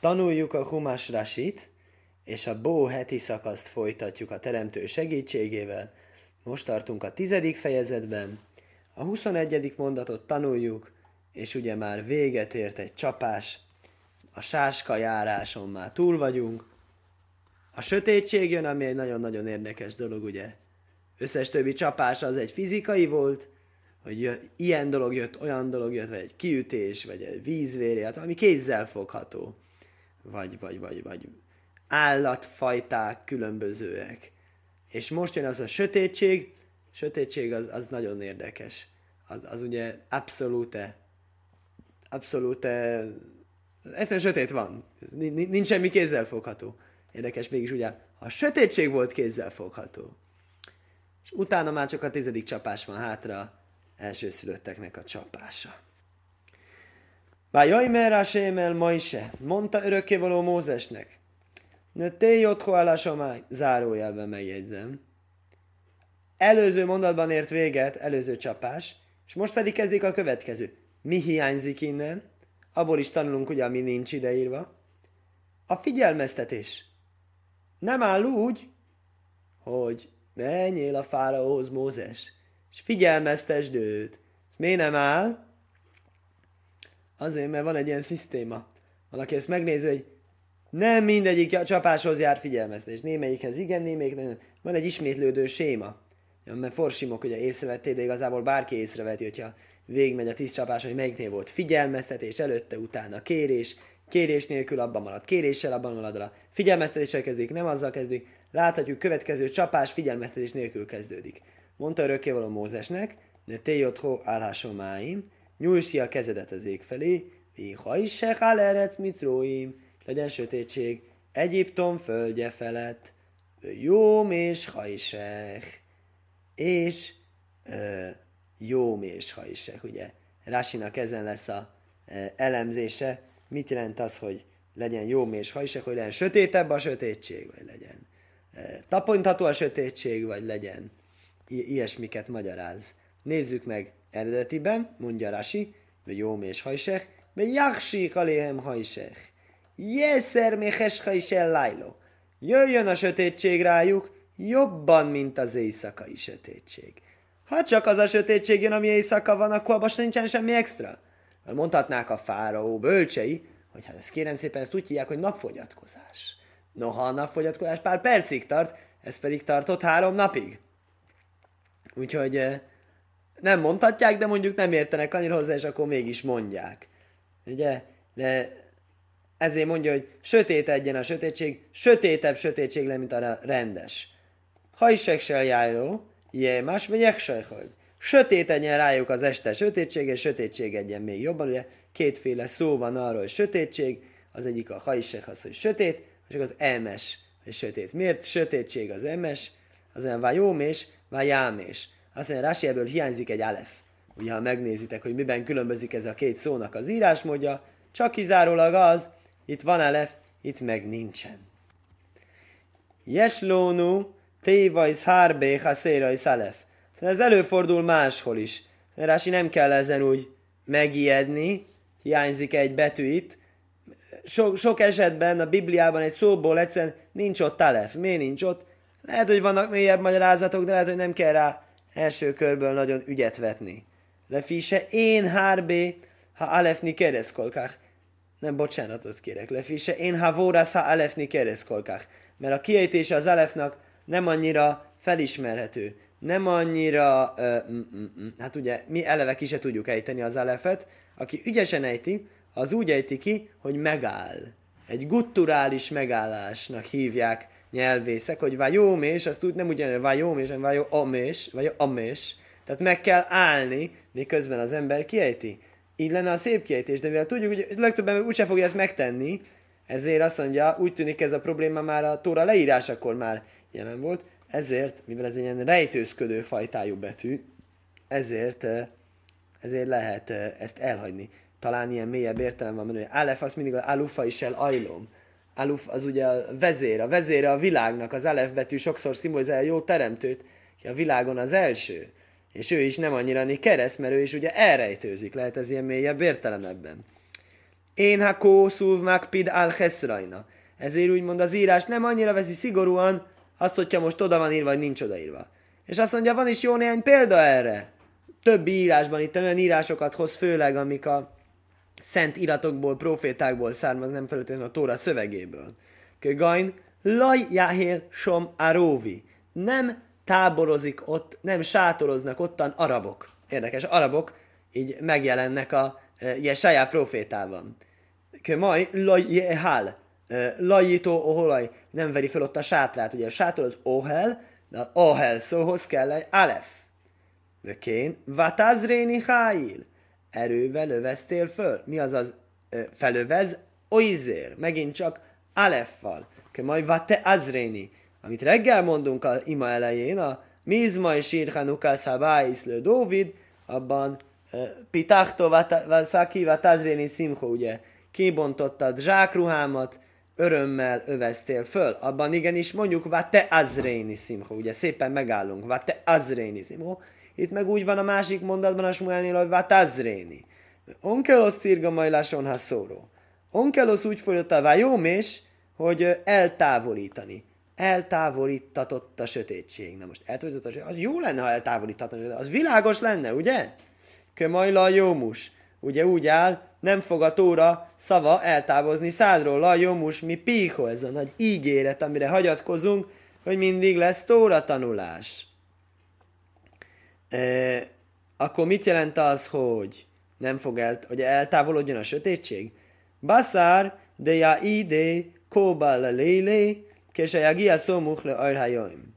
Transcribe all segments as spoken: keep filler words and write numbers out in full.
Tanuljuk a Humás Rasit, és a Bó heti szakaszt folytatjuk a Teremtő segítségével. Most tartunk a tizedik fejezetben, a huszonegyedik mondatot tanuljuk, és ugye már véget ért egy csapás, a sáska járáson már túl vagyunk. A sötétség jön, ami egy nagyon-nagyon érdekes dolog, ugye. Összes többi csapás az egy fizikai volt, hogy ilyen dolog jött, olyan dolog jött, vagy egy kiütés, vagy egy vízvérját, ami kézzel fogható. Vagy, vagy, vagy, vagy állatfajták különbözőek. És most jön az a sötétség, sötétség az, az nagyon érdekes. Az, az ugye abszolút, abszolút, egyszerűen sötét van. Nincs semmi kézzel fogható. Érdekes mégis ugye, a sötétség volt kézzel fogható. És utána már csak a tizedik csapás van hátra, elsőszülötteknek a csapása. Vajajmer Hashem el Mojse, mondta örökkévaló Mózesnek. Nő téj otthó állásomály, zárójelben megjegyzem. Előző mondatban ért véget, előző csapás, és most pedig kezdik a következő. Mi hiányzik innen? Abból is tanulunk, ugye, ami nincs ideírva. A figyelmeztetés. Nem áll úgy, hogy menjél a fáraóhoz, Mózes, és figyelmeztesd őt. Ez miért nem áll? Azért, mert van egy ilyen szisztéma. Valaki ezt megnézi, hogy nem mindegyik csapáshoz jár figyelmeztetés. Némelyikhez igen, némelyik nem. Van egy ismétlődő séma. Mert forsimok ugye észrevették, de igazából bárki észreveti, hogyha végigmegy a tíz csapás, hogy melyiknél volt figyelmeztetés, előtte, utána kérés, kérés nélkül abban marad, kéréssel abban marad, a figyelmeztetéssel kezdődik, nem azzal kezdődik. Láthatjuk, következő csapás figyelmeztetés nélkül kezdődik. Mondta örökkévaló Mózesnek, ne téjotthó állásomáim, nyújtsd ki a kezedet az ég felé, vi hajsech al erec micróim, legyen sötétség Egyiptom földje felett, jóm és hajsech, és ö, jóm és hajsech, ugye. Rásinak ezen lesz a ö, elemzése, mit jelent az, hogy legyen jóm és hajsech, hogy legyen sötétebb a sötétség, vagy legyen ö, taponytató a sötétség, vagy legyen I- ilyesmiket magyaráz. Nézzük meg eredetiben, mondja Rási, hogy jóm és hajsech, mert jaksik aléhem hajsech. Jeszer méhes hajsel lájló. Jöjjön a sötétség rájuk, jobban, mint az éjszakai sötétség. Ha csak az a sötétség jön, ami éjszaka van, akkor abban nincsen semmi extra. Mondhatnák a fáraó bölcsei, hogy hát ezt kérem szépen, ezt úgy hívják, hogy napfogyatkozás. Noha a napfogyatkozás pár percig tart, ez pedig tartott három napig. Úgyhogy nem mondhatják, de mondjuk nem értenek annyira hozzá, és akkor mégis mondják. Ugye? De ezért mondja, hogy sötétedjen a sötétség, sötétebb sötétség le, mint a rendes. Hajseksel járó, jémás vagy jeksajhaj. Sötétedjen rájuk az este sötétség, és sötétségedjen még jobban. Ugye kétféle szó van arról, hogy sötétség, az egyik a hajsek az, hogy sötét, és az emes, hogy sötét. Miért sötétség az emes? Az olyan vájómés, vájámés. Azt mondja, Rási, ebből hiányzik egy alef. Ugye, ha megnézitek, hogy miben különbözik ez a két szónak az írásmódja, csak kizárólag az, itt van alef, itt meg nincsen. Jeslónu, tévajsz hárbé, haszérajsz alef. Ez előfordul máshol is. Rási nem kell ezen úgy megijedni, hiányzik egy betű itt. Sok, sok esetben a Bibliában egy szóból egyszerűen nincs ott alef. Miért nincs ott? Lehet, hogy vannak mélyebb magyarázatok, de lehet, hogy nem kell rá első körből nagyon ügyet vetni. Lefise én hárbé, ha alefni kereszkolkák. Nem, bocsánatot kérek. Lefise én ha vórasz, ha alefni kereszkolkák. Mert a kiejtése az alefnak nem annyira felismerhető. Nem annyira, uh, mm, mm, mm. hát ugye mi eleve ki se tudjuk ejteni az alefet. Aki ügyesen ejti, az úgy ejti ki, hogy megáll. Egy gutturális megállásnak hívják nyelvészek, hogy vájómés, azt úgy nem ugyanúgy, hogy vájómés, hanem vájóomés, vagy amés. Tehát meg kell állni, miközben az ember kiejti. Így lenne a szép kiejtés, de mivel tudjuk, hogy legtöbben úgyse fogja ezt megtenni, ezért azt mondja, úgy tűnik ez a probléma már a Tóra leírásakor már jelen volt, ezért, mivel ez egy ilyen rejtőzködő fajtájú betű, ezért, ezért lehet ezt elhagyni. Talán ilyen mélyebb értelem van, hogy Alef az mindig az alufa is el ajlom. Aluf az ugye a vezér, a vezére a világnak, az Alef betű sokszor szimbolizálja a jó teremtőt, ki a világon az első. És ő is nem annyira kereszt, mert ő is ugye elrejtőzik. Lehet ez ilyen mélyebb értelem ebben. Én ha kószúv magpid al heszrajna. Ezért úgymond az írás nem annyira veszi szigorúan azt, hogyha most oda van írva, vagy nincs odaírva. És azt mondja, van is jó néhány példa erre. Többi írásban itt olyan írásokat hoz, főleg amik a szent iratokból, profétákból származnak, nem feltétlenül a Tóra szövegéből. Kögain, laj jáhél som aróvi. Nem táborozik ott, nem sátoroznak ottan arabok. Érdekes, arabok így megjelennek a Jesaja profétában. Kömaj, laj jehál. Lajító oholaj nem veri fel ott a sátrát. Ugye a sátor az ohel, de az ohel szóhoz kell egy alef. Vökén, vatazréni háil. Erővel öveztél föl. Mi az az ö, felövez? Oizér. Megint csak aleffal. Majd vate azréni. Amit reggel mondunk a ima elején, a mizma és írhanukál szabályszlő Dóvid, abban uh, pitachto vasaki vatazréni szimho, ugye kibontottad zsákruhámat, örömmel öveztél föl. Abban igenis mondjuk vate azréni szimho, ugye szépen megállunk, vate azréni szimho. Itt meg úgy van a másik mondatban a Smuelnél, hogy vatazréni. Onkelosz tirga majláson ha szóró. Onkelosz úgy fordította a vájómés, hogy eltávolítani. Eltávolítatott a sötétség. Na most eltávolított a sötétség. Az jó lenne, ha eltávolítatna. Az világos lenne, ugye? Kömajla jómus. Ugye úgy áll, nem fog a Tóra szava eltávozni szádról. La jómus, mi pího, ez a nagy ígéret, amire hagyatkozunk, hogy mindig lesz Tóra tanulás. E, akkor mit jelent az, hogy nem fog el, hogy eltávolodjon a sötétség? Baszár, de ja ide, kóba le lélé, kesejagia szómuch le arhajaim.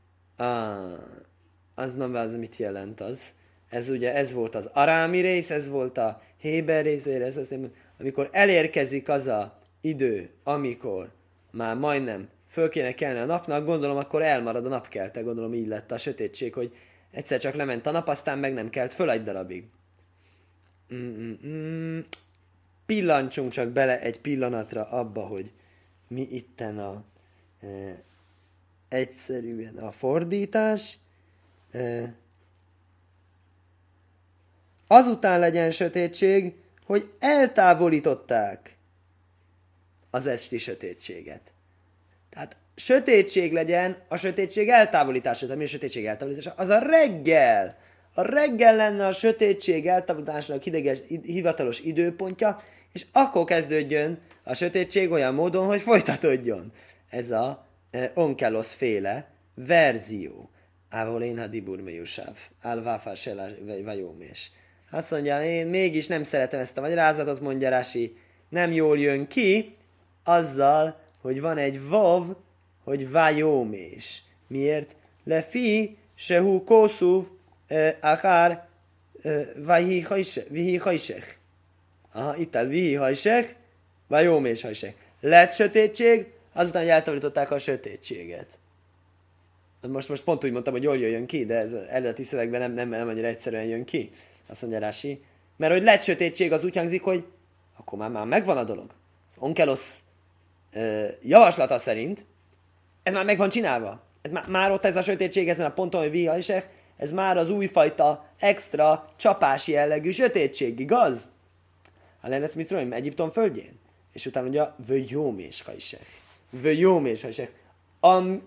Az nem az, mit jelent az. Ez ugye, ez volt az arámi rész, ez volt a héber rész, ez az, amikor elérkezik az a idő, amikor már majdnem föl kéne kelni a napnak, gondolom, akkor elmarad a napkelte, gondolom így lett a sötétség, hogy egyszer csak lement a nap, aztán meg nem kelt föl egy darabig. Mm-mm-mm. Pillancsunk csak bele egy pillanatra abba, hogy mi itten a e, egyszerűen a fordítás. E, azután legyen sötétség, hogy eltávolították az esti sötétséget. Tehát sötétség legyen a sötétség eltávolítása. Tehát mi a sötétség eltávolítása? Az a reggel. A reggel lenne a sötétség eltávolításának hideges, hivatalos időpontja, és akkor kezdődjön a sötétség olyan módon, hogy folytatódjon. Ez a eh, onkelosz féle verzió. Ávol én ha dibur mejusáv. Ál váfár se vajómés. Azt mondja, én mégis nem szeretem ezt a magyarázatot, mondja Rási, nem jól jön ki, azzal, hogy van egy vav, hogy vajómés. Miért? Lefi sehu kószuv akár vihi hajsek. Aha, itt áll vihi hajsek, vajómés hajsek. Lett sötétség, azután, hogy eltávolították a sötétséget. Most, most pont úgy mondtam, hogy jól jöjjön ki, de ez eredeti szövegben nem, nem, nem annyira egyszerűen jön ki. Azt mondja Rási. Mert hogy lett sötétség, az úgy hangzik, hogy akkor már, már megvan a dolog. Az onkelosz ö, javaslata szerint ez már meg van csinálva. Ez már, már ott ez a sötétség ezen a ponton, hogy vihajsek, ez már az újfajta extra csapási jellegű sötétség, igaz? Ha lenne ezt mit tudom, Egyiptom földjén. És utána mondja, vöjjómés hajsek. Vöjjómés hajsek. Am...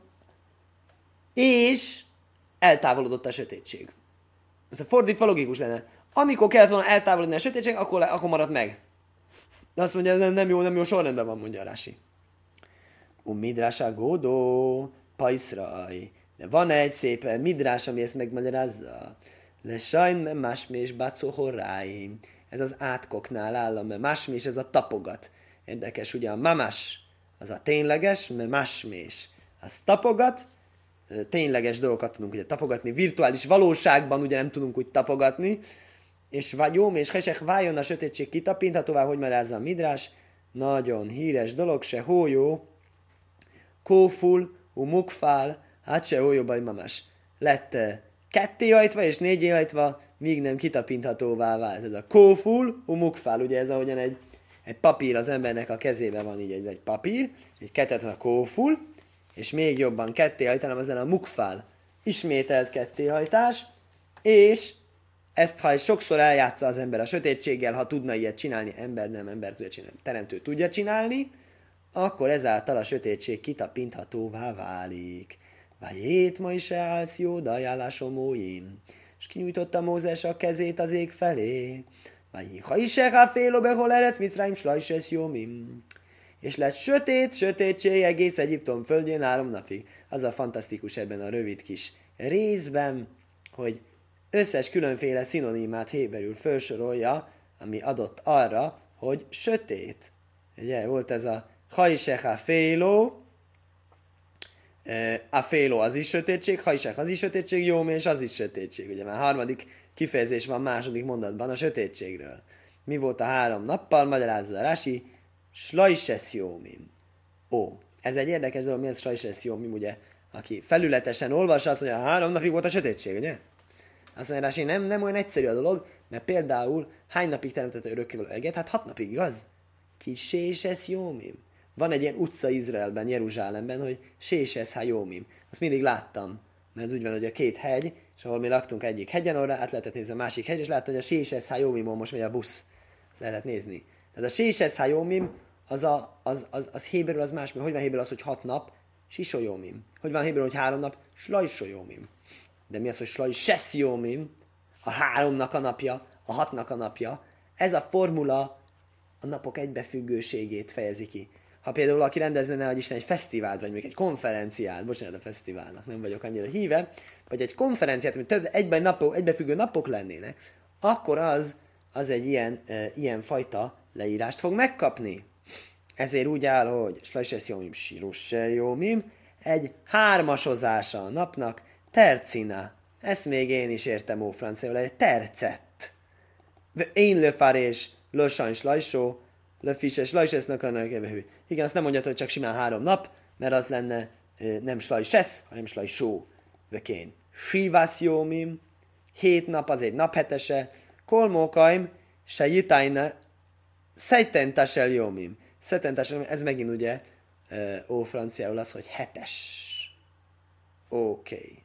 És eltávolodott a sötétség. Ez a fordítva logikus lenne. Amikor kellett volna eltávolodni a sötétség, akkor, akkor maradt meg. De azt mondja, nem, nem jó, nem jó sorrendben van, mondja Rási. Um midrása gódó, pajszraj. De van egy szép midrás, ami ezt megmagyarázza. Le sajn, me másmés bácó horráim. Ez az átkoknál áll, mert másmés, ez a tapogat. Érdekes, ugye a mamás, az a tényleges, mert másmés. Az tapogat, tényleges dolgokat tudunk ugye tapogatni, virtuális valóságban ugye nem tudunk úgy tapogatni, és vagyóm, és hesek váljon a sötétség kitapinthatóvá, hogy magyarázza a midrás, nagyon híres dolog, se hójó, kóful, umukfál, hát se hójó baj mamás. Lett kettéhajtva és négyéhajtva, míg nem kitapinthatóvá vált. Ez a kóful, umukfál, ugye ez ahogyan egy, egy papír az embernek a kezében van, így egy, egy papír, egy kettet van a kóful, és még jobban kettéhajtanám, az lenne a mukfál, ismételt kettéhajtás, és Ezt, ha sokszor eljátsza az ember a sötétséggel, ha tudna ilyet csinálni, ember nem, ember tudja csinálni, teremtő tudja csinálni, akkor ezáltal a sötétség kitapinthatóvá válik. Vajét ma is állsz jó dajálásomóim. És kinyújtotta Mózes a kezét az ég felé. Vajé, ha is se félo behol erec, Mitzráim slajses jómim. És lesz sötét, sötétség egész Egyiptom földjén három napig. Az a fantasztikus ebben a rövid kis részben, hogy összes különféle szinonimát héberül felsorolja, ami adott arra, hogy sötét. Ugye, volt ez a hajsech a féló, a féló az is sötétség, hajsech az is sötétség, jóm és az is sötétség. Ugye már harmadik kifejezés van második mondatban a sötétségről. Mi volt a három nappal? Magyarázza Rási, slajses jómim. Ó, ez egy érdekes dolog, mi ez slajses jómim, ugye? Aki felületesen olvassa, azt mondja, három napig volt a sötétség, ugye? Azt mondja, Rási, nem, nem olyan egyszerű a dolog, mert például hány napig teremtette örökkévaló eget? Hát hat napig, igaz? Ki séses jómim. Van egy ilyen utca Izraelben, Jeruzsálemben, hogy séses ha jómim. Azt mindig láttam, mert ez úgy van, hogy a két hegy, és ahol mi laktunk egyik hegyen, arra át lehetett nézni a másik hegy, és láttam, hogy a séses ha jómimon most megy a busz. Ezt lehetett nézni. Tehát a séses ha jómim, az, a, az, az, az héberül az más, mert hogy van héberül az, hogy hat nap? Sisojómim. Hogy van héberül, hogy három nap? Slajsojómim. De mi az, hogy slajses jómim? A háromnak a napja, a hatnak a napja. Ez a formula a napok egybefüggőségét fejezi ki. Ha például aki rendezne, nehogy Isten, egy fesztivált, vagy még egy konferenciát, bocsánat a fesztiválnak, nem vagyok annyira híve, vagy egy konferenciát, ami több egyben napok, egybefüggő napok lennének, akkor az, az egy ilyen, e, ilyen fajta leírást fog megkapni. Ezért úgy áll, hogy slajses jómim, sirussel jómim, egy hármasozása a napnak, tercina. Ezt még én is értem ó franciául, egy tercett. Én löfárés, lösany slajsó, löfises, slajsesznek a nőkevehű. Igen, azt nem mondja, hogy csak simán három nap, mert az lenne nem slajsesz, hanem slajsó. Vökén. Sivász jómim, hét nap, az egy naphetese, kolmókaim, se jitájne, szejtentasel jómim. Szejtentasel jómim, ez megint ugye ó franciául az, hogy hetes. Oké. Okay.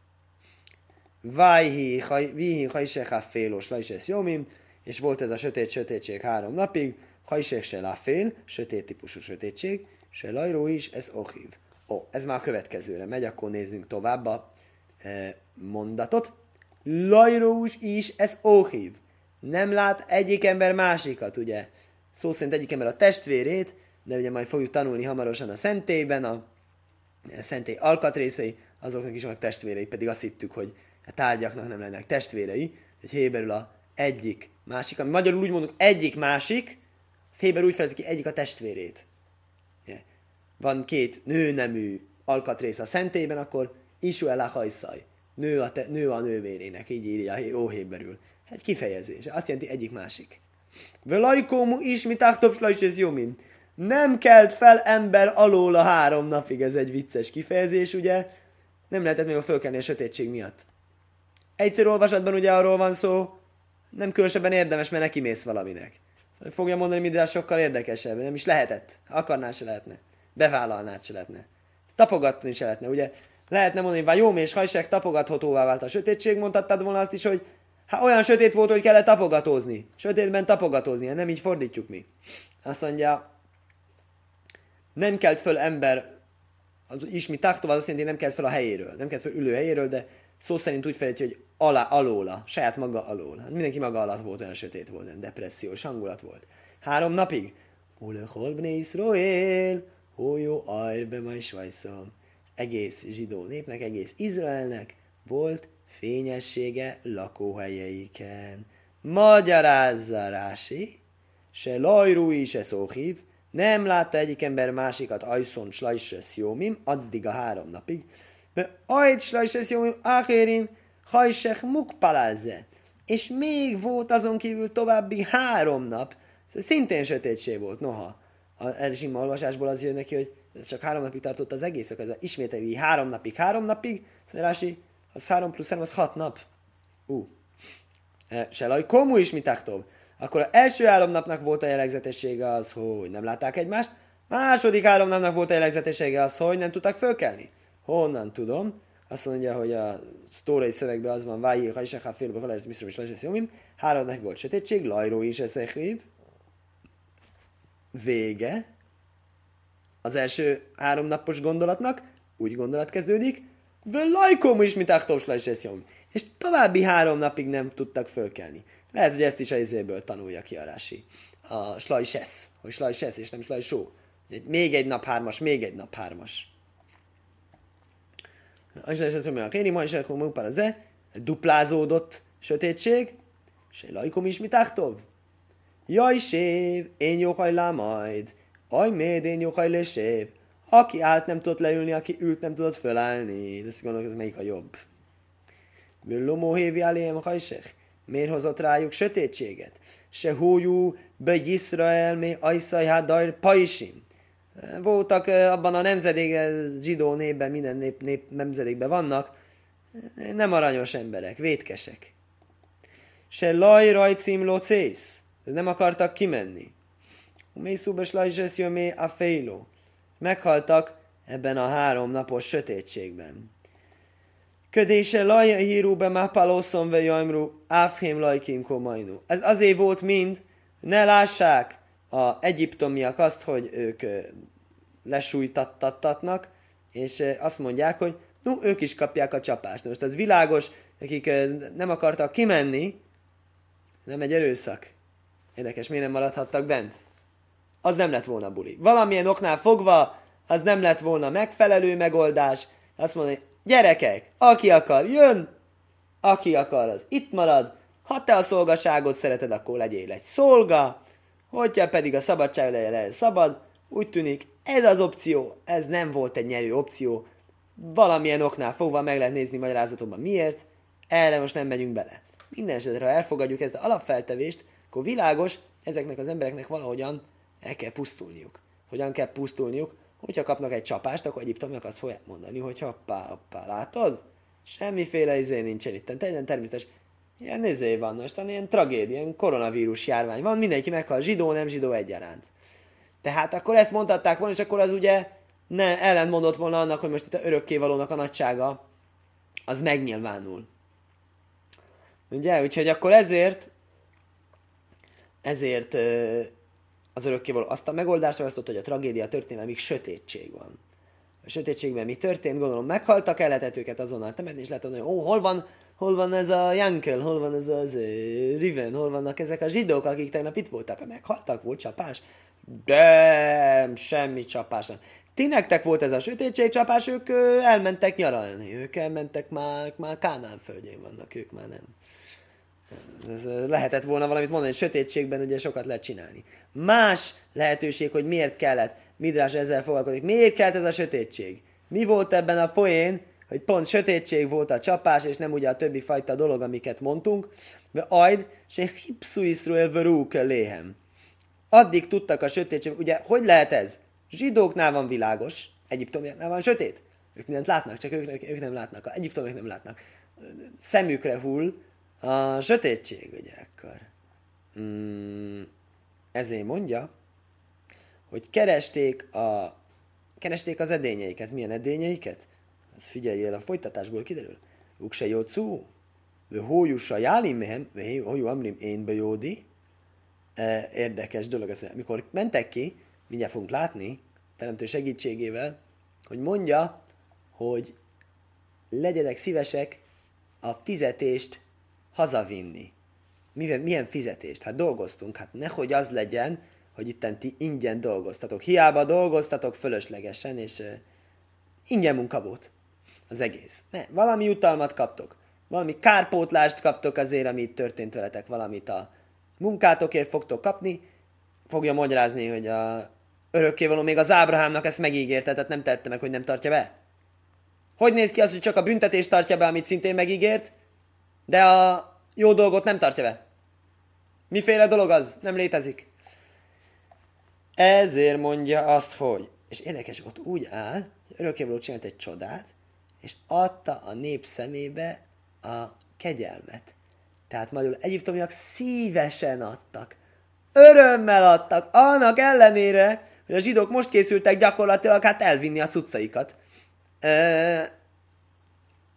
Vájhi, vihi, hajseha félos, lajsesz jómim, és volt ez a sötét sötétség három napig, hajsek se láfél, sötét típusú sötétség, se lajró is, ez ohiv. Ó, ez már a következőre megy, akkor nézzünk tovább a e, mondatot. Lajrós is, ez ohiv. Nem lát egyik ember másikat, ugye? Szó szerint egyik ember a testvérét, de ugye majd fogjuk tanulni hamarosan a szentélyben, a, a szentély alkatrészei, azoknak is vannak testvérei, pedig azt hittük, hogy a tárgyaknak nem lennek testvérei, hogy héberül a egyik másik, ami magyarul úgy mondjuk egyik másik, azt héberül úgy fejezik ki egyik a testvérét. Van két nőnemű alkatrész a szentélyben, akkor Isuel a hajszaj, nő a, te, nő a nővérének, így írja óhéberül. Egy kifejezés, azt jelenti egyik másik. Velajkómu is, mit áhtob slajsesz jómim. Nem kelt fel ember alól a három napig, ez egy vicces kifejezés, ugye? Nem lehetett még a fölkelni a sötétség miatt. Egyszer olvasatban ugye arról van szó, nem különösebben érdemes, mert neki mész valaminek. Szóval fogja mondani, mindre sokkal érdekesebb, nem is lehetett. Akarná se lehetne. Bevállalnád se lehetne. Tapogatni se lehetne, ugye? Lehetne mondani, hogy jó és hajsek tapogathatóvá vált a sötétség, mondhattad volna azt is, hogy hát olyan sötét volt, hogy kellett tapogatózni. Sötétben tapogatózni, nem így fordítjuk mi. Azt mondja, nem kelt föl ember, az ismi taktóval azt jelenti, nem kelt föl a helyéről. Nem kelt föl ülő helyéről, de szó szerint úgy fejlődött, hogy alá, alóla, saját maga alól. Hát mindenki maga alatt volt, olyan sötét volt, olyan depressziós hangulat volt. Három napig. Ole holbne Israel, hójó ajrbe majd svajszom. Egész zsidó népnek, egész Izraelnek volt fényessége lakóhelyeiken. Magyarázza Rási, se lajrúi, se szóhív, nem látta egyik ember másikat ajszon slajses jómim, addig a három napig, mert ajt slajses jómim áhérim, hajsech mukpaláze. És még volt azon kívül további három nap, szintén sötétség volt, noha. Erre is olvasásból az jön neki, hogy ez csak három napig tartott az egész, akkor ez ismételi három napig, három napig, szóval Rási, az három plusz három, az hat nap. Ú. Uh. Se laj, komu is mit aktov. Akkor az első három napnak volt a jellegzetessége az, hogy nem látták egymást, második három napnak volt a jellegzetessége az, hogy nem tudtak fölkelni. Honnan tudom? Azt mondja, hogy a sztórai szövegben az van, Vájé, Hajsek, Háfélbe, Halász, Misztrom és Lajsesz Jomim, három napig volt sötétség, Lajró is eszekrív, vége, az első három napos gondolatnak, úgy gondolat kezdődik, Lajkom is, mint Achtovs Lajsesz Jomim. És további három napig nem tudtak fölkelni. Lehet, hogy ezt is a izéből tanulja ki a Rási. A Slajsesz, hogy Slajsesz és nem Slajsó. Még egy nap hármas, még egy nap hármas. És azt mondja, a kéri, ma is akkor munkpár az e, duplázódott sötétség, és egy lajkom is mit áhtov? Jaj, sév, én jóhajlá majd, aj, méd, én jóhajlé sév. Aki állt nem tudott leülni, aki ült nem tudott fölállni. De ezt gondolok, ez melyik a jobb? Lomó hévi aléhem a hajsek. Miért hozott rájuk sötétséget? Se hújú, be Yisrael, mi ajszaj hádajr pajsim. Voltak abban a nemzedék, zsidó népben, minden nép, nép nemzedékben vannak, nem aranyos emberek, vétkesek. Se laj rajcim locész, nem akartak kimenni. Mészúbes lajzsesz jömé a fejló. Meghaltak ebben a három napos sötétségben. Ködése laj hírúbe mápalószom ve jajmru, áfhém lajkim komajnu. Ez azért volt mind, ne lássák a egyiptomiak azt, hogy ők lesújtattatnak, és azt mondják, hogy no, ők is kapják a csapást. Most az világos, akik nem akartak kimenni, nem egy erőszak. Érdekes, miért nem maradhattak bent? Az nem lett volna buli. Valamilyen oknál fogva, az nem lett volna megfelelő megoldás. Azt mondani, gyerekek, aki akar, jön, aki akar, az itt marad. Ha te a szolgaságot szereted, akkor legyél egy szolga, hogyha pedig a szabadság legyen szabad, úgy tűnik, ez az opció, ez nem volt egy nyerő opció. Valamilyen oknál fogva meg lehet nézni magyarázatokban miért, erre most nem megyünk bele. Minden esetre, ha elfogadjuk ezt az alapfeltevést, akkor világos, ezeknek az embereknek valahogyan el kell pusztulniuk. Hogyan kell pusztulniuk? Hogyha kapnak egy csapást, akkor egyiptomiak azt fogják mondani, hogy hoppá, hoppá, látod? Semmiféle izé nincsen itt. Teljesen természetes. Ilyen izé van, most ilyen tragédia, ilyen koronavírus járvány van, mindenki meghal, zsidó, nem zsidó egyaránt. Tehát akkor ezt mondhatták volna, és akkor az ugye ne ellentmondott volna annak, hogy most itt a örökkévalónak a nagysága az megnyilvánul. Ugye? Úgyhogy akkor ezért ezért az örökkévaló azt a megoldást választott, hogy a tragédia történt, amíg sötétség van. A sötétségben mi történt? Gondolom meghaltak, el lehetett őket azonnal temetni, és lehet mondani, ó, hol van, hol van ez a Jankel, hol van ez az Riven, hol vannak ezek a zsidók, akik tegnap itt voltak, meghaltak, volt csapás? De semmi csapás nem. Ti nektek volt ez a sötétségcsapás, ők ö, elmentek nyaralni, ők elmentek már, már Kánán földjén vannak, ők már nem. Ez, lehetett volna valamit mondani, hogy sötétségben ugye sokat lehet csinálni. Más lehetőség, hogy miért kellett, Midrás ezzel foglalkozik, miért kellett ez a sötétség? Mi volt ebben a poén, hogy pont sötétség volt a csapás, és nem ugye a többi fajta dolog, amiket mondtunk, de ajd, se hipszu Iszrael verúk léhem. Addig tudtak a sötétség, ugye, hogy lehet ez? Zsidóknál van világos, egyiptomiaknál van sötét. Ők mindent látnak, csak ők, ők nem látnak. A egyiptomiak nem látnak. Szemükre hull a sötétség, ugye, akkor. Hmm, ezért mondja, hogy keresték, a, keresték az edényeiket. Milyen edényeiket? Azt figyeljél, a folytatásból kiderül. Ukse jócú, vő hójussa jálim mehem, vő hójú amrim én bejódi. Érdekes dolog az, amikor mentek ki, mindjárt fogunk látni, teremtő segítségével, hogy mondja, hogy legyenek szívesek a fizetést hazavinni. Mivel, milyen fizetést? Hát dolgoztunk, hát nehogy az legyen, hogy itten ti ingyen dolgoztatok. Hiába dolgoztatok fölöslegesen, és uh, ingyen munka volt az egész. Ne, valami jutalmat kaptok, valami kárpótlást kaptok azért, ami itt történt veletek, valamit a munkátokért fogtok kapni, fogja magyarázni, hogy a örökkévaló még az Ábrahámnak ezt megígérte, tehát nem tette meg, hogy nem tartja be. Hogy néz ki az, hogy csak a büntetést tartja be, amit szintén megígért, de a jó dolgot nem tartja be? Miféle dolog az? Nem létezik. Ezért mondja azt, hogy, és érdekes, ott úgy áll, hogy örökkévaló csinált egy csodát, és adta a nép szemébe a kegyelmet. Tehát magyarul egyiptomiak szívesen adtak. Örömmel adtak, annak ellenére, hogy a zsidók most készültek gyakorlatilag hát elvinni a cuccaikat. E-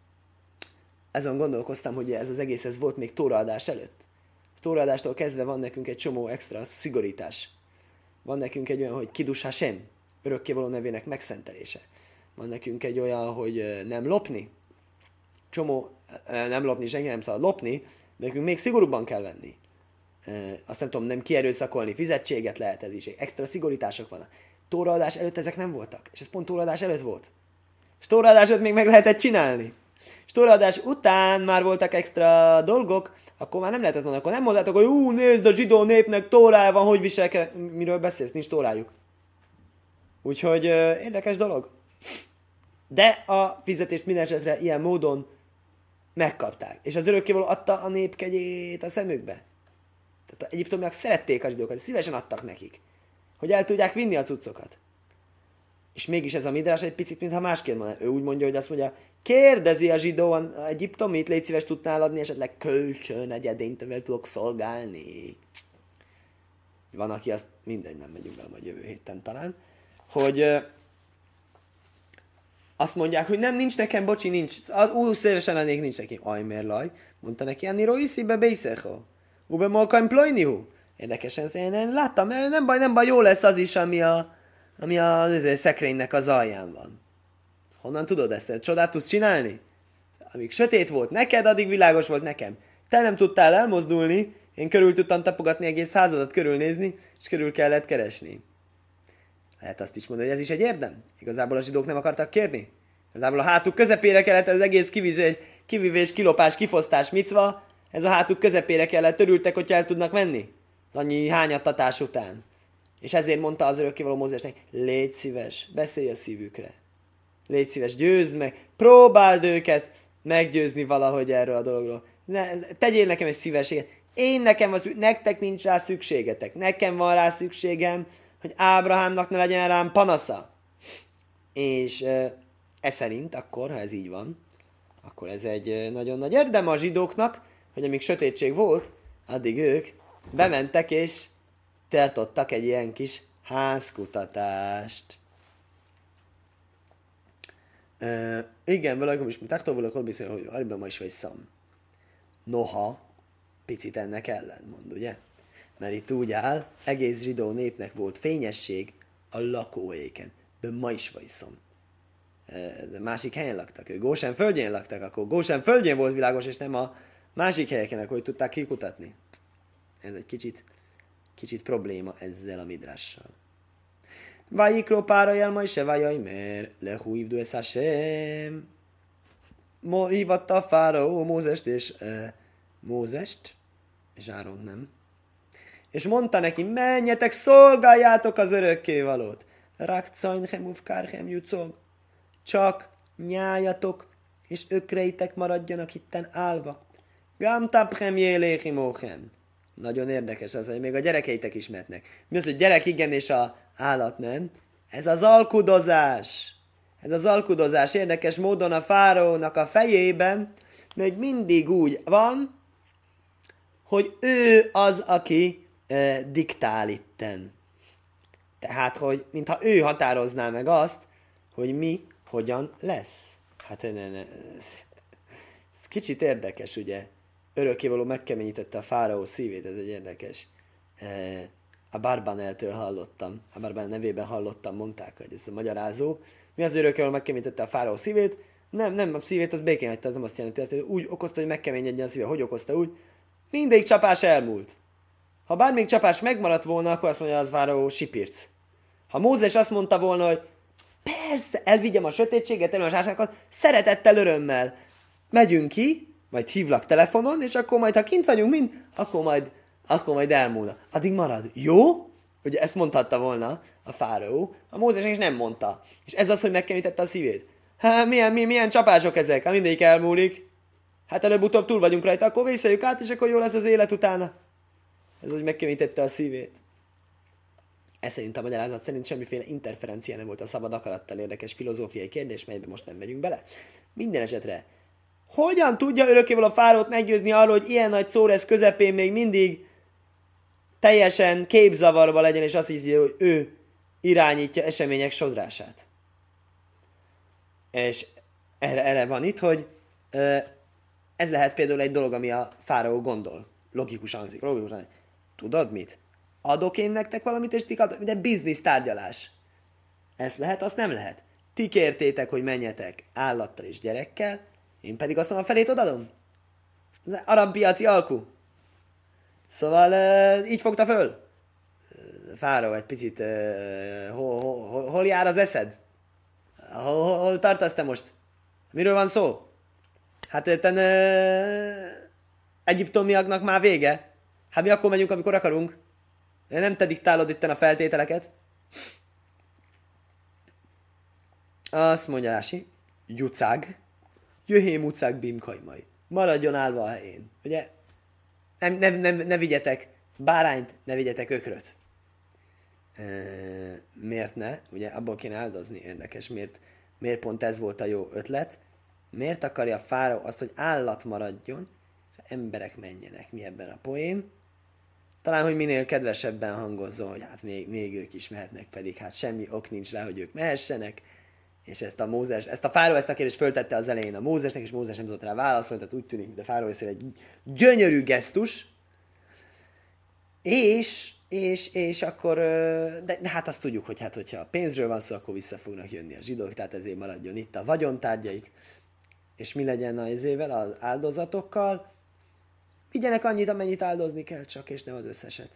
Ezen gondolkoztam, hogy ez az egész ez volt még tóraadás előtt. Tóraádástól kezdve van nekünk egy csomó extra szigorítás. Van nekünk egy olyan, hogy kidus Hashem, örökkévaló nevének megszentelése. Van nekünk egy olyan, hogy nem lopni. Csomó, nem lopni, senki nem szabad lopni, de nekünk még szigorúbban kell venni. Azt nem tudom, nem kierőszakolni, fizetséget lehet ez is. Extra szigorítások vannak. Tóraadás előtt ezek nem voltak. És ez pont tóraadás előtt volt. És tóraadás előtt még meg lehetett csinálni. És tóraadás után már voltak extra dolgok, akkor már nem lehetett volna, akkor nem mondtátok, hogy ú, nézd, a zsidó népnek tórája van, hogy viselkedik. Miről beszélsz? Nincs tórájuk. Úgyhogy euh, érdekes dolog. De a fizetést minden esetre ilyen módon megkapták. És az örökkévaló adta a nép kegyét a szemükbe. Tehát az egyiptomiak szerették a zsidókat, szívesen adtak nekik. Hogy el tudják vinni a cuccokat. És mégis ez a midrás egy picit, mintha másként van. Ő úgy mondja, hogy azt mondja, kérdezi a zsidó a egyiptomit, légy szíves tudnál adni, esetleg kölcsön egy edényt, amivel tudok szolgálni. Van, aki azt, mindegy, nem megyünk bele majd jövő héten talán, hogy ö, azt mondják, hogy nem, nincs nekem, bocsi, nincs. Ú, szívesen lennék, nincs nekem. Ajmérlaj, mondta neki, Anni Roiszibe Beiszecho. Ube Molkaim Plojnihu. Érdekesen, én láttam, nem baj, nem baj, jó lesz az is, ami a, ami a az, szekrénynek az alján van. Honnan tudod ezt? Csodát tudsz csinálni? Amíg sötét volt neked, addig világos volt nekem. Te nem tudtál elmozdulni, én körül tudtam tapogatni egész házadat körülnézni, és körül kellett keresni. Lehet azt is mondani, hogy ez is egy érdem. Igazából a zsidók nem akartak kérni. Igazából a hátuk közepére kellett az egész kivizés, kivívés, kilopás, kifosztás micva, ez a hátuk közepére kellett, örültek, hogy el tudnak menni. Az annyi hányattatás után. És ezért mondta az örökkévaló Mózesnek, légy szíves, beszélj a szívükre. Légy szíves, győzd meg, próbáld őket meggyőzni valahogy erről a dologról. Ne, tegyél nekem egy szívességet. Én nekem az, nektek nincs rá szükségetek. Nekem van rá szükségem, hogy Ábrahámnak ne legyen rám panasza. És ez szerint akkor, ha ez így van, akkor ez egy nagyon nagy érdem a zsidóknak, hogy amíg sötétség volt, addig ők bementek és tartottak egy ilyen kis házkutatást. Uh, igen, valakom is, taktól valakon beszél, hogy arra ma is vagy szam. Noha, picit ennek ellen mond, ugye? Mert itt úgy áll, egész zsidó népnek volt fényesség a lakóéken. De ma is vagy szom. De másik helyen laktak, ők Gósen földjén laktak, akkor Gósen földjén volt világos, és nem a másik helyeken, hogy tudták kikutatni. Ez egy kicsit, kicsit probléma ezzel a midrással. Vajikro párajel ma is evajaj, mert lehújvdu ez Hashem. Hívatta a fáraó Mózest és e, Mózest, és Áron nem. És mondta neki, menjetek, szolgáljátok az örökkévalót. Rakcajnchem ufkárchem jucog. Csak nyájatok, és ökreitek maradjanak itten állva. Gamtapchem jéléchimóchem. Nagyon érdekes az, hogy még a gyerekeitek is mehetnek. Mi az, hogy gyerek igen, és a állat nem? Ez az alkudozás. Ez az alkudozás érdekes módon a fáraónak a fejében még mindig úgy van, hogy ő az, aki e, diktál itten. Tehát, hogy mintha ő határozná meg azt, hogy mi, hogyan lesz. Hát ne, ne, ez kicsit érdekes, ugye? Örökkévaló megkeményítette a fáraó szívét, ez egy érdekes. A Barbaneltől hallottam, a Barbanel nevében hallottam, mondták, hogy ez a magyarázó. Mi az örökkévaló megkeményítette a fáraó szívét? Nem, nem, a szívét az békén hagyta, az nem azt jelenti. Azt úgy okozta, hogy megkeményedjen a szíve. Hogy okozta? Úgy, mindegyik csapás elmúlt. Ha bármelyik csapás megmaradt volna, akkor azt mondja az fáraó sipirc. Ha Mózes azt mondta volna, hogy persze, elvigyem a sötétséget, elő a zsásákat, szeretettel, örömmel. Megyünk ki, majd hívlak telefonon, és akkor majd, ha kint vagyunk mind, akkor majd, akkor majd elmúlna. Addig marad. Jó? Ugye ezt mondhatta volna a fáraó, a Mózes is nem mondta. És ez az, hogy megkemítette a szívét. Hát milyen, milyen, milyen csapások ezek? Hát mindegyik elmúlik. Hát előbb-utóbb túl vagyunk rajta, akkor vészeljük át, és akkor jó lesz az élet utána. Ez, hogy megkemítette a szívét. Ez szerint a magyarázat szerint semmiféle interferencia nem volt a szabad akarattal, érdekes filozófiai kérdés, melyben most nem megyünk bele. Minden esetre, hogyan tudja örökkévaló a fáraót meggyőzni arról, hogy ilyen nagy Szóresz közepén még mindig teljesen képzavarba legyen, és azt hiszi, hogy ő irányítja események sodrását. És erre, erre van itt, hogy uh, ez lehet például egy dolog, ami a fáraó gondol. Logikus hangzik, logikus hangzik. Tudod mit? Adok én nektek valamit, és ti kaptok, de biznisz tárgyalás. Ezt lehet, azt nem lehet. Ti kértétek, hogy menjetek állattal és gyerekkel, én pedig azt mondom, a felét odadom. Ez arab piaci alkú. Szóval uh, így fogta föl. Fáraó, egy picit, uh, hol, hol, hol jár az eszed? Hol, hol, hol tartasz te most? Miről van szó? Hát érten uh, egyiptomiaknak már vége. Hát mi akkor megyünk, amikor akarunk. Nem te diktálod itten a feltételeket. Azt mondja Rási, jucág, jöhém ucág bimkajmai. Maradjon állva a helyén. Ugye? Nem, nem, nem, ne vigyetek bárányt, ne vigyetek ökröt. E, miért ne? Ugye abból kéne áldozni, érdekes. Miért, miért pont ez volt a jó ötlet? Miért akarja a fáraó azt, hogy állat maradjon, és emberek menjenek? Mi ebben a poén? Talán, hogy minél kedvesebben hangozzon, hogy hát még, még ők is mehetnek, pedig hát semmi ok nincs rá, hogy ők mehessenek. És ezt a Mózes, ezt a fáraó ezt a kérdést föltette az elején a Mózesnek, és Mózes nem tudott rá válaszolni, tehát úgy tűnik, mint a fáraó részéről egy gyönyörű gesztus. És, és, és akkor, de, de hát azt tudjuk, hogy hát, hogyha a pénzről van szó, akkor vissza fognak jönni a zsidók, tehát ezért maradjon itt a vagyontárgyaik. És mi legyen az ezével, az áldozatokkal? Vigyenek annyit, amennyit áldozni kell csak, és nem az összeset.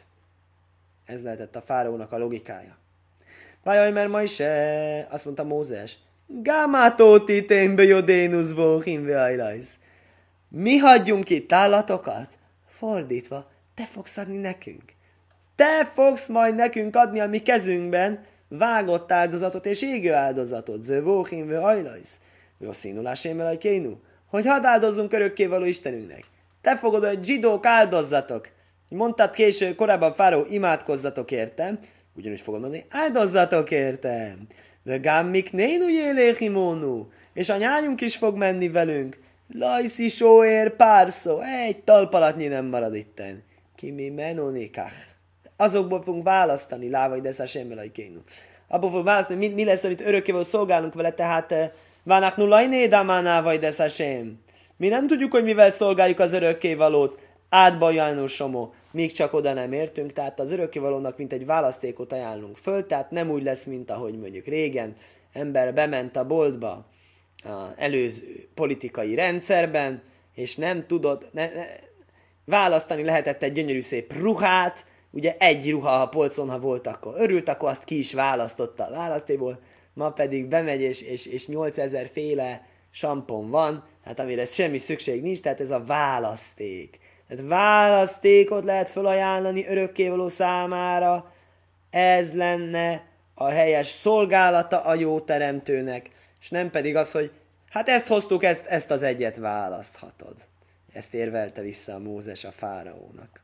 Ez lehetett a fáraónak a logikája. Vajaj, mert ma is e, azt mondta Mózes, Gámátóti ténbe jodénusz vóhim veajlajsz. Mi hagyjunk itt állatokat? Fordítva, te fogsz adni nekünk. Te fogsz majd nekünk adni a mi kezünkben vágott áldozatot és égő áldozatot. Ző vóhim veajlajsz. Jószínulásém el kénu. Hogy hadd áldozzunk örökkévaló Istenünknek. Te fogod, hogy zsidók áldozzatok. Mondtad később, korábban fáraó, imádkozzatok értem. Ugyanúgy fogom mondani, áldozzatok értem. De gámmik nénu jéléhimónu. És a nyájunk is fog menni velünk. Lajszi sóér párszó. Egy talpalatnyi nem marad itten. Kimi menonikach. Azokból fogunk választani, lávai deszásemmel ajkénu. Abból fogunk választani, mi, mi lesz, amit örökkévaló szolgálunk vele, tehát vának nullajné damánávai deszásém. Mi nem tudjuk, hogy mivel szolgáljuk az örökkévalót. Átba János Somó, míg csak oda nem értünk, tehát az örökkévalónak mint egy választékot ajánlunk föl, tehát nem úgy lesz, mint ahogy mondjuk régen ember bement a boltba az előző politikai rendszerben, és nem tudott, ne, ne, választani lehetett egy gyönyörű szép ruhát, ugye egy ruha a polcon, ha volt, akkor örült, akkor azt ki is választotta a választéból, ma pedig bemegy, és, és, és nyolcezer féle sampon van, hát amire semmi szükség nincs, tehát ez a választék. Tehát választékot lehet felajánlani örökkévaló számára, ez lenne a helyes szolgálata a jó teremtőnek, és nem pedig az, hogy hát ezt hoztuk, ezt, ezt az egyet választhatod. Ezt érvelte vissza a Mózes a fáraónak.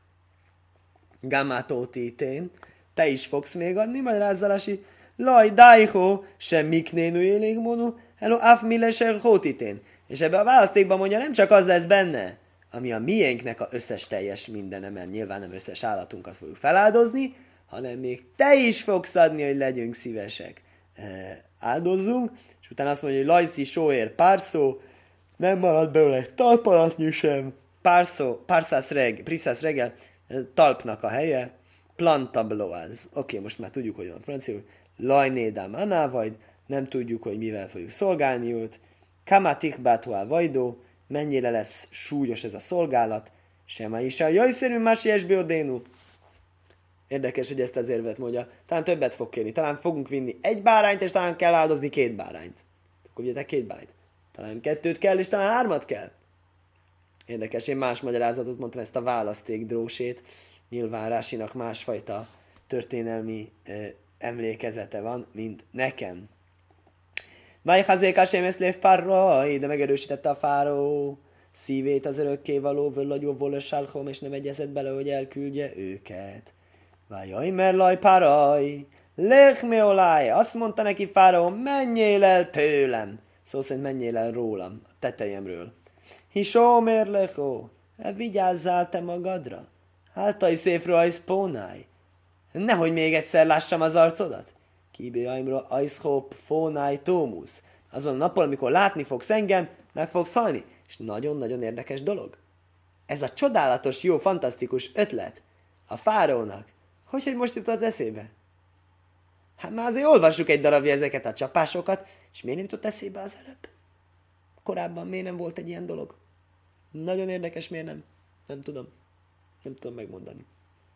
Gamátótítén, te is fogsz még adni, magyarázzalási, laj, dájhó, sem miknénu élégmónu, hello, afmileser hótítén. És ebbe a választékban mondja, nem csak az lesz benne, ami a miénknek a összes teljes mindene, mert nyilván nem összes állatunkat fogjuk feláldozni, hanem még te is fogsz adni, hogy legyünk szívesek. E, áldozzunk, és utána azt mondja, hogy lajszi sóér párszó, nem marad belőle egy talpalatnyi sem, párszó, párszász reg, priszász regel, talpnak a helye, planta bloaz. Oké, okay, most már tudjuk, hogy van franciául, lajnédám anávajd, nem tudjuk, hogy mivel fogjuk szolgálni őt, kamatikbátuál vajdó, mennyire lesz súlyos ez a szolgálat, sema is a jajszerű mási esbődénu. Érdekes, hogy ezt az érvet mondja. Talán többet fog kérni. Talán fogunk vinni egy bárányt, és talán kell áldozni két bárányt. Akkor vigyetek két bárányt. Talán kettőt kell, és talán hármat kell. Érdekes, én más magyarázatot mondtam, ezt a választék drósét. Nyilván Rásinak másfajta történelmi eh, emlékezete van, mint nekem. Vajhazék Hashem eszlév parraj, de megerősítette a fáraó szívét az örökkévaló, völlagyó volösálhom, és nem egyezett bele, hogy elküldje őket. Vajaj, merlaj paraj, lechmeolaj, azt mondta neki fáraó, menjél el tőlem. Szó szerint menjél el rólam, a tetejemről. Hisó merlechó, vigyázzál te magadra. Áltaj széfről ajsz pónáj. Nehogy még egyszer lássam az arcodat. Kibéjaimra ajszhop fónáj tómusz. Azon a napon, amikor látni fogsz engem, meg fogsz halni. És nagyon-nagyon érdekes dolog. Ez a csodálatos, jó, fantasztikus ötlet a fáraónak, hogy, hogy most jut az eszébe? Hát már azért olvassuk egy darabja ezeket a csapásokat, és miért nem jutott eszébe az előbb? Korábban miért nem volt egy ilyen dolog? Nagyon érdekes, miért nem? Nem tudom. Nem tudom megmondani.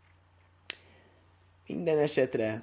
Minden esetre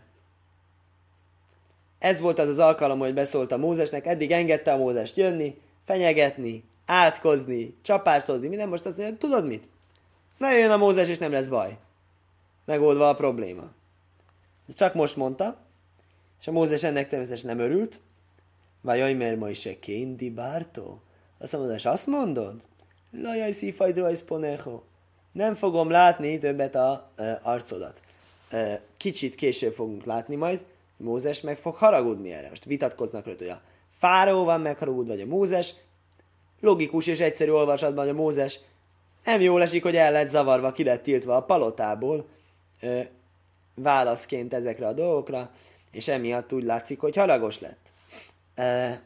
ez volt az az alkalom, hogy beszólt a Mózesnek, eddig engedte a Mózest jönni, fenyegetni, átkozni, csapást hozni, minden, most azt mondja, tudod mit? Na jön a Mózes, és nem lesz baj. Megoldva a probléma. Csak most mondta, és a Mózes ennek természetesen nem örült. Vajaj, mert ma is kéndi bártó. Azt a Mózes azt mondod? Lajaj, szífajdra ponecho. Nem fogom látni többet a e, arcodat. E, kicsit később fogunk látni majd, Mózes meg fog haragudni erre. Most vitatkoznak rá, hogy a fáraó van megharagudva, vagy a Mózes. Logikus és egyszerű olvasatban, hogy a Mózes nem jól esik, hogy el lett zavarva, ki lett tiltva a palotából e, válaszként ezekre a dolgokra, és emiatt úgy látszik, hogy haragos lett. E,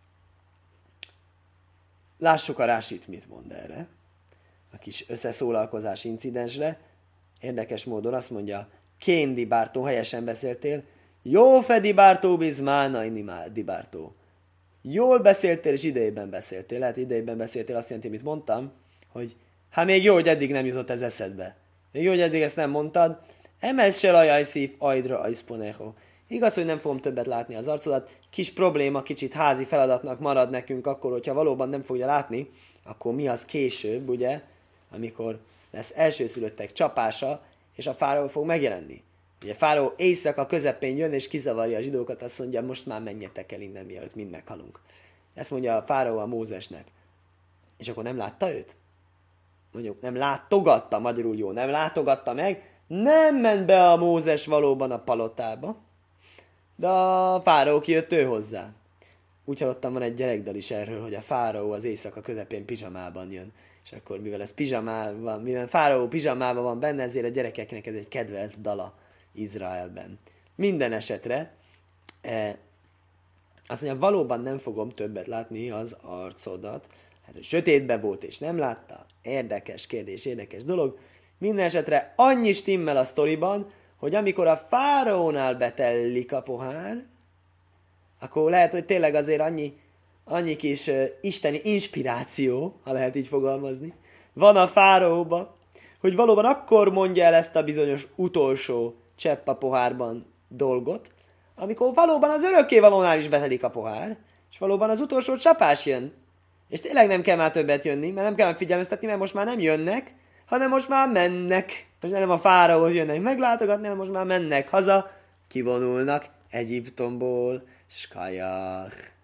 lássuk a Rásit, mit mond erre. A kis összeszólalkozás incidensre. Érdekes módon azt mondja, Kéndi Bártó, helyesen beszéltél, jó Fedi Bártó bizmánaini Dibártó. Jól beszéltél, és idejében beszéltél. Lehet idejében beszéltél, azt jelenti, amit mondtam, hogy hát még jó, hogy eddig nem jutott ez eszedbe. Még jó, hogy eddig ezt nem mondtad. Emez se lajaj szív ajdra ajszponeho. Igaz, hogy nem fogom többet látni az arcodat. Kis probléma, kicsit házi feladatnak marad nekünk akkor, hogyha valóban nem fogja látni, akkor mi az később, ugye, amikor lesz elsőszülöttek csapása, és a fáraó fog megjelenni. Ugye fáraó éjszaka közepén jön, és kizavarja a zsidókat, azt mondja, most már menjetek el innen, mielőtt mind meghalunk. Ezt mondja a fáraó a Mózesnek. És akkor nem látta őt? Mondjuk nem látogatta, magyarul jó, nem látogatta meg, nem ment be a Mózes valóban a palotába, de a fáraó kijött ő hozzá. Úgy hallottam, van egy gyerekdal is erről, hogy a fáraó az éjszaka közepén pizsamában jön. És akkor, mivel ez pizsamában, mivel fáraó pizsamában van benne, ezért a gyerekeknek ez egy kedvelt dala Izraelben. Minden esetre eh, azt mondja, valóban nem fogom többet látni az arcodat. Hát, hogy sötétben volt és nem látta. Érdekes kérdés, érdekes dolog. Minden esetre annyi stimmel a sztoriban, hogy amikor a fáraónál betellik a pohár, akkor lehet, hogy tényleg azért annyi, annyi kis uh, isteni inspiráció, ha lehet így fogalmazni, van a fáraóba, hogy valóban akkor mondja el ezt a bizonyos utolsó csepp a pohárban dolgot, amikor valóban az örökkévalónál is betelik a pohár, és valóban az utolsó csapás jön. És tényleg nem kell már többet jönni, mert nem kell már figyelmeztetni, mert most már nem jönnek, hanem most már mennek. Most nem a fáraóhoz jönnek meglátogatni, hanem most már mennek haza, kivonulnak Egyiptomból. Skajach.